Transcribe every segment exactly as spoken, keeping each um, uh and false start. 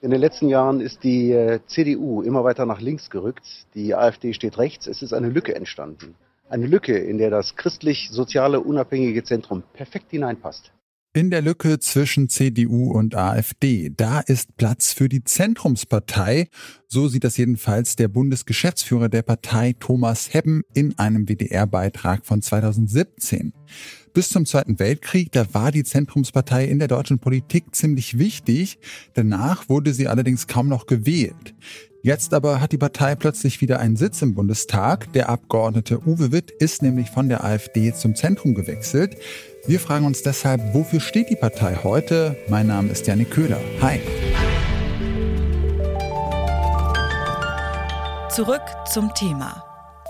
In den letzten Jahren ist die äh, C D U immer weiter nach links gerückt. Die AfD steht rechts. Es ist eine Lücke entstanden. Eine Lücke, in der das christlich-soziale unabhängige Zentrum perfekt hineinpasst. In der Lücke zwischen C D U und AfD, da ist Platz für die Zentrumspartei. So sieht das jedenfalls der Bundesgeschäftsführer der Partei, Thomas Hebben, in einem W D R-Beitrag von zweitausendsiebzehn. Bis zum Zweiten Weltkrieg, da war die Zentrumspartei in der deutschen Politik ziemlich wichtig. Danach wurde sie allerdings kaum noch gewählt. Jetzt aber hat die Partei plötzlich wieder einen Sitz im Bundestag. Der Abgeordnete Uwe Witt ist nämlich von der AfD zum Zentrum gewechselt. Wir fragen uns deshalb, wofür steht die Partei heute? Mein Name ist Jannik Köhler. Hi. Zurück zum Thema.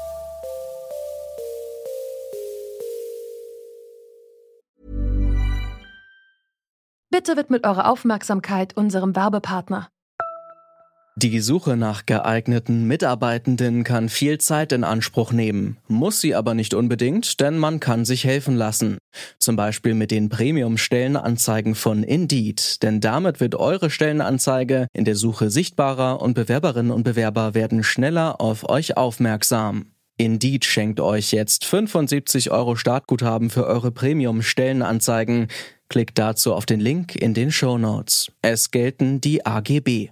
Bitte widmet eure Aufmerksamkeit unserem Werbepartner. Die Suche nach geeigneten Mitarbeitenden kann viel Zeit in Anspruch nehmen, muss sie aber nicht unbedingt, denn man kann sich helfen lassen. Zum Beispiel mit den Premium-Stellenanzeigen von Indeed, denn damit wird eure Stellenanzeige in der Suche sichtbarer und Bewerberinnen und Bewerber werden schneller auf euch aufmerksam. Indeed schenkt euch jetzt fünfundsiebzig Euro Startguthaben für eure Premium-Stellenanzeigen. Klickt dazu auf den Link in den Shownotes. Es gelten die A G B.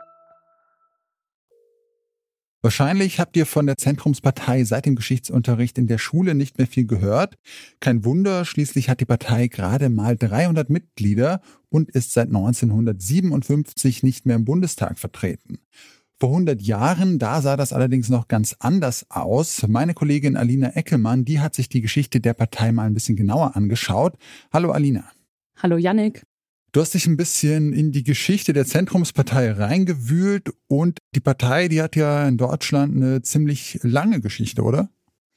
Wahrscheinlich habt ihr von der Zentrumspartei seit dem Geschichtsunterricht in der Schule nicht mehr viel gehört. Kein Wunder, schließlich hat die Partei gerade mal dreihundert Mitglieder und ist seit neunzehnhundertsiebenundfünfzig nicht mehr im Bundestag vertreten. Vor hundert Jahren, da sah das allerdings noch ganz anders aus. Meine Kollegin Alina Eckelmann, die hat sich die Geschichte der Partei mal ein bisschen genauer angeschaut. Hallo Alina. Hallo Jannik. Du hast dich ein bisschen in die Geschichte der Zentrumspartei reingewühlt und die Partei, die hat ja in Deutschland eine ziemlich lange Geschichte, oder?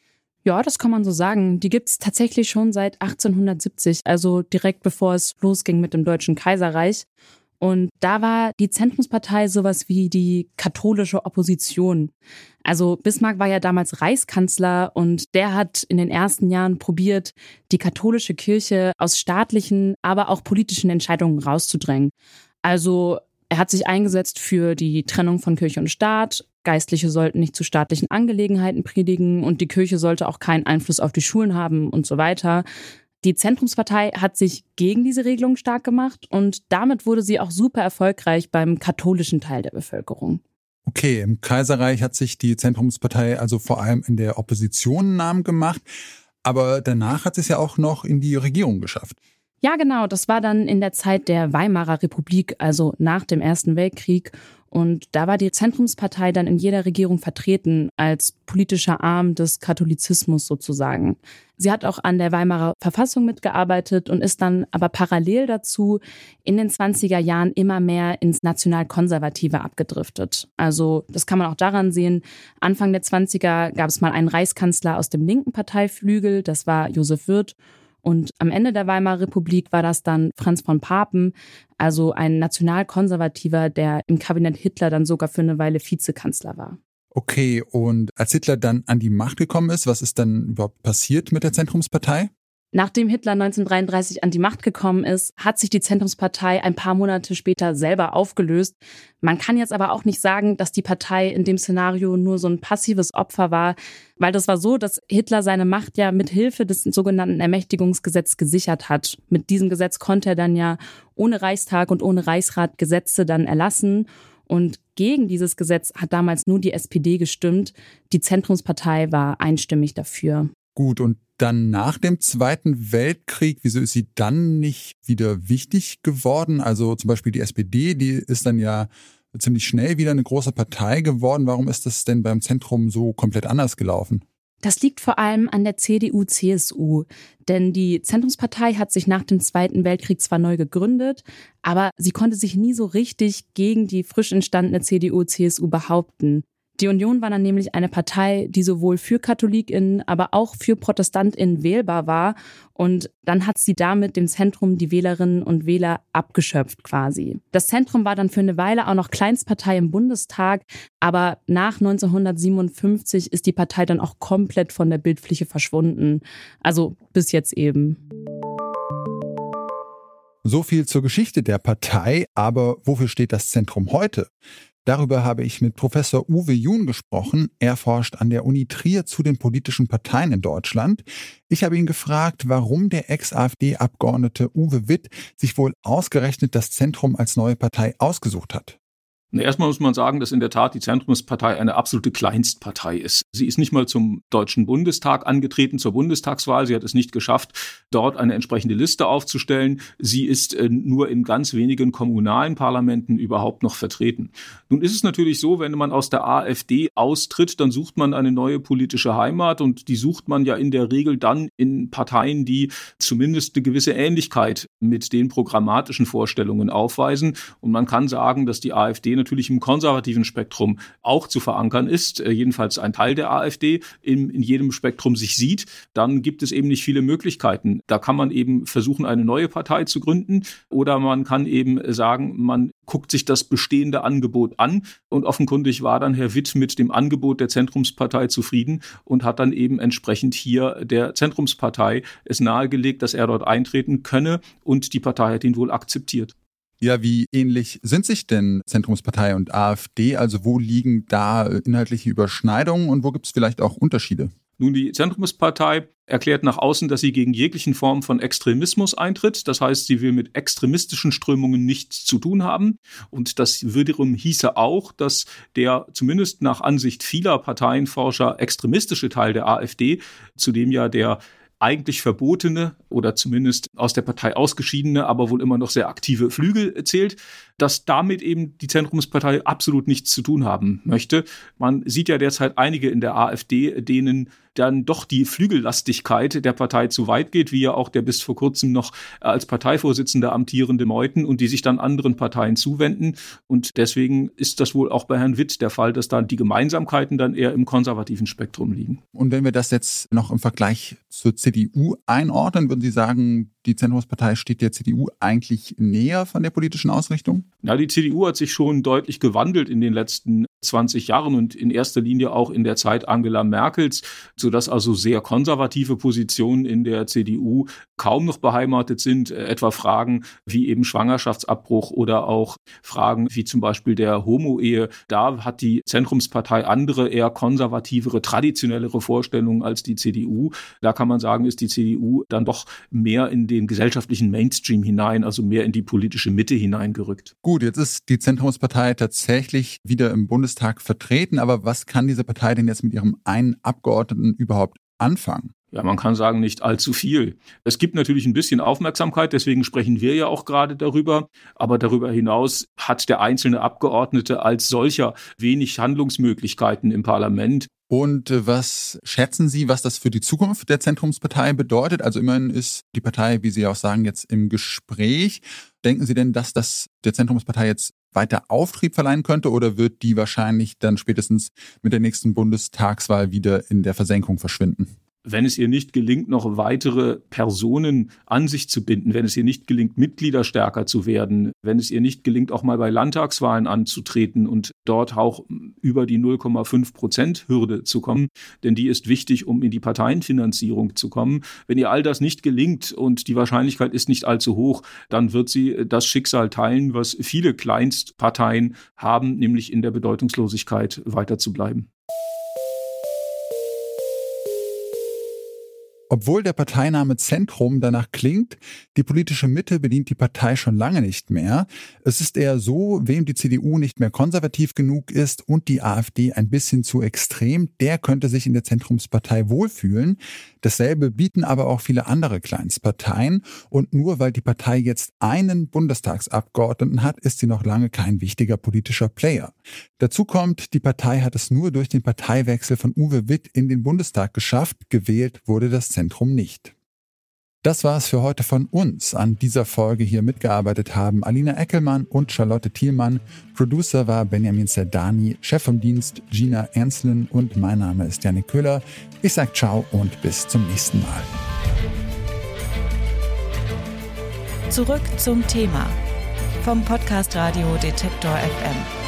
Ja, das kann man so sagen. Die gibt's tatsächlich schon seit achtzehnhundertsiebzig, also direkt bevor es losging mit dem Deutschen Kaiserreich. Und da war die Zentrumspartei sowas wie die katholische Opposition. Also Bismarck war ja damals Reichskanzler und der hat in den ersten Jahren probiert, die katholische Kirche aus staatlichen, aber auch politischen Entscheidungen rauszudrängen. Also er hat sich eingesetzt für die Trennung von Kirche und Staat. Geistliche sollten nicht zu staatlichen Angelegenheiten predigen und die Kirche sollte auch keinen Einfluss auf die Schulen haben und so weiter. Die Zentrumspartei hat sich gegen diese Regelung stark gemacht und damit wurde sie auch super erfolgreich beim katholischen Teil der Bevölkerung. Okay, im Kaiserreich hat sich die Zentrumspartei also vor allem in der Opposition einen Namen gemacht, aber danach hat sie es ja auch noch in die Regierung geschafft. Ja, genau, das war dann in der Zeit der Weimarer Republik, also nach dem Ersten Weltkrieg. Und da war die Zentrumspartei dann in jeder Regierung vertreten, als politischer Arm des Katholizismus sozusagen. Sie hat auch an der Weimarer Verfassung mitgearbeitet und ist dann aber parallel dazu in den zwanziger Jahren immer mehr ins Nationalkonservative abgedriftet. Also das kann man auch daran sehen, Anfang der zwanziger gab es mal einen Reichskanzler aus dem linken Parteiflügel, das war Josef Wirth. Und am Ende der Weimarer Republik war das dann Franz von Papen, also ein Nationalkonservativer, der im Kabinett Hitler dann sogar für eine Weile Vizekanzler war. Okay, und als Hitler dann an die Macht gekommen ist, was ist dann überhaupt passiert mit der Zentrumspartei? Nachdem Hitler neunzehnhundertdreiunddreißig an die Macht gekommen ist, hat sich die Zentrumspartei ein paar Monate später selber aufgelöst. Man kann jetzt aber auch nicht sagen, dass die Partei in dem Szenario nur so ein passives Opfer war, weil das war so, dass Hitler seine Macht ja mit Hilfe des sogenannten Ermächtigungsgesetzes gesichert hat. Mit diesem Gesetz konnte er dann ja ohne Reichstag und ohne Reichsrat Gesetze dann erlassen. Und gegen dieses Gesetz hat damals nur die S P D gestimmt. Die Zentrumspartei war einstimmig dafür. Gut, und dann nach dem Zweiten Weltkrieg, wieso ist sie dann nicht wieder wichtig geworden? Also zum Beispiel die S P D, die ist dann ja ziemlich schnell wieder eine große Partei geworden. Warum ist das denn beim Zentrum so komplett anders gelaufen? Das liegt vor allem an der C D U C S U, denn die Zentrumspartei hat sich nach dem Zweiten Weltkrieg zwar neu gegründet, aber sie konnte sich nie so richtig gegen die frisch entstandene C D U C S U behaupten. Die Union war dann nämlich eine Partei, die sowohl für KatholikInnen, aber auch für ProtestantInnen wählbar war. Und dann hat sie damit dem Zentrum die Wählerinnen und Wähler abgeschöpft quasi. Das Zentrum war dann für eine Weile auch noch Kleinstpartei im Bundestag. Aber nach neunzehnhundertsiebenundfünfzig ist die Partei dann auch komplett von der Bildfläche verschwunden. Also bis jetzt eben. So viel zur Geschichte der Partei, aber wofür steht das Zentrum heute? Darüber habe ich mit Professor Uwe Jun gesprochen. Er forscht an der Uni Trier zu den politischen Parteien in Deutschland. Ich habe ihn gefragt, warum der Ex-AfD-Abgeordnete Uwe Witt sich wohl ausgerechnet das Zentrum als neue Partei ausgesucht hat. Erstmal muss man sagen, dass in der Tat die Zentrumspartei eine absolute Kleinstpartei ist. Sie ist nicht mal zum Deutschen Bundestag angetreten, zur Bundestagswahl. Sie hat es nicht geschafft, dort eine entsprechende Liste aufzustellen. Sie ist äh, nur in ganz wenigen kommunalen Parlamenten überhaupt noch vertreten. Nun ist es natürlich so, wenn man aus der AfD austritt, dann sucht man eine neue politische Heimat und die sucht man ja in der Regel dann in Parteien, die zumindest eine gewisse Ähnlichkeit mit den programmatischen Vorstellungen aufweisen. Und man kann sagen, dass die AfD natürlich im konservativen Spektrum auch zu verankern ist, jedenfalls ein Teil der AfD in, in jedem Spektrum sich sieht, dann gibt es eben nicht viele Möglichkeiten. Da kann man eben versuchen, eine neue Partei zu gründen oder man kann eben sagen, man guckt sich das bestehende Angebot an und offenkundig war dann Herr Witt mit dem Angebot der Zentrumspartei zufrieden und hat dann eben entsprechend hier der Zentrumspartei es nahegelegt, dass er dort eintreten könne und die Partei hat ihn wohl akzeptiert. Ja, wie ähnlich sind sich denn Zentrumspartei und AfD? Also wo liegen da inhaltliche Überschneidungen und wo gibt es vielleicht auch Unterschiede? Nun, die Zentrumspartei erklärt nach außen, dass sie gegen jeglichen Form von Extremismus eintritt. Das heißt, sie will mit extremistischen Strömungen nichts zu tun haben. Und das wiederum hieße auch, dass der zumindest nach Ansicht vieler Parteienforscher extremistische Teil der AfD, zu dem ja der eigentlich verbotene oder zumindest aus der Partei ausgeschiedene, aber wohl immer noch sehr aktive Flügel zählt, dass damit eben die Zentrumspartei absolut nichts zu tun haben möchte. Man sieht ja derzeit einige in der AfD, denen dann doch die Flügellastigkeit der Partei zu weit geht, wie ja auch der bis vor kurzem noch als Parteivorsitzender amtierende Meuthen und die sich dann anderen Parteien zuwenden. Und deswegen ist das wohl auch bei Herrn Witt der Fall, dass dann die Gemeinsamkeiten dann eher im konservativen Spektrum liegen. Und wenn wir das jetzt noch im Vergleich zur C D U einordnen, würden Sie sagen, die Zentrumspartei steht der C D U eigentlich näher von der politischen Ausrichtung? Na, die C D U hat sich schon deutlich gewandelt in den letzten zwanzig Jahren und in erster Linie auch in der Zeit Angela Merkels, sodass also sehr konservative Positionen in der C D U kaum noch beheimatet sind, etwa Fragen wie eben Schwangerschaftsabbruch oder auch Fragen wie zum Beispiel der Homo-Ehe. Da hat die Zentrumspartei andere, eher konservativere, traditionellere Vorstellungen als die C D U. Da kann man sagen, ist die C D U dann doch mehr in den gesellschaftlichen Mainstream hinein, also mehr in die politische Mitte hineingerückt. Gut, jetzt ist die Zentrumspartei tatsächlich wieder im Bundestag vertreten, aber was kann diese Partei denn jetzt mit ihrem einen Abgeordneten überhaupt anfangen? Ja, man kann sagen, nicht allzu viel. Es gibt natürlich ein bisschen Aufmerksamkeit, deswegen sprechen wir ja auch gerade darüber. Aber darüber hinaus hat der einzelne Abgeordnete als solcher wenig Handlungsmöglichkeiten im Parlament. Und was schätzen Sie, was das für die Zukunft der Zentrumspartei bedeutet? Also immerhin ist die Partei, wie Sie auch sagen, jetzt im Gespräch. Denken Sie denn, dass das der Zentrumspartei jetzt weiter Auftrieb verleihen könnte oder wird die wahrscheinlich dann spätestens mit der nächsten Bundestagswahl wieder in der Versenkung verschwinden? Wenn es ihr nicht gelingt, noch weitere Personen an sich zu binden, wenn es ihr nicht gelingt, Mitglieder stärker zu werden, wenn es ihr nicht gelingt, auch mal bei Landtagswahlen anzutreten und dort auch über die null Komma fünf Prozent Hürde zu kommen, denn die ist wichtig, um in die Parteienfinanzierung zu kommen. Wenn ihr all das nicht gelingt und die Wahrscheinlichkeit ist nicht allzu hoch, dann wird sie das Schicksal teilen, was viele Kleinstparteien haben, nämlich in der Bedeutungslosigkeit weiter zu bleiben. Obwohl der Parteiname Zentrum danach klingt, die politische Mitte bedient die Partei schon lange nicht mehr. Es ist eher so, wem die C D U nicht mehr konservativ genug ist und die AfD ein bisschen zu extrem, der könnte sich in der Zentrumspartei wohlfühlen. Dasselbe bieten aber auch viele andere Kleinstparteien. Und nur weil die Partei jetzt einen Bundestagsabgeordneten hat, ist sie noch lange kein wichtiger politischer Player. Dazu kommt, die Partei hat es nur durch den Parteiwechsel von Uwe Witt in den Bundestag geschafft. Gewählt wurde das Zentrum nicht. Das war es für heute von uns. An dieser Folge hier mitgearbeitet haben Alina Eckelmann und Charlotte Thielmann. Producer war Benjamin Zerdani, Chef vom Dienst Gina Ernslin und mein Name ist Janik Köhler. Ich sag ciao und bis zum nächsten Mal. Zurück zum Thema vom Podcast Radio Detektor F M.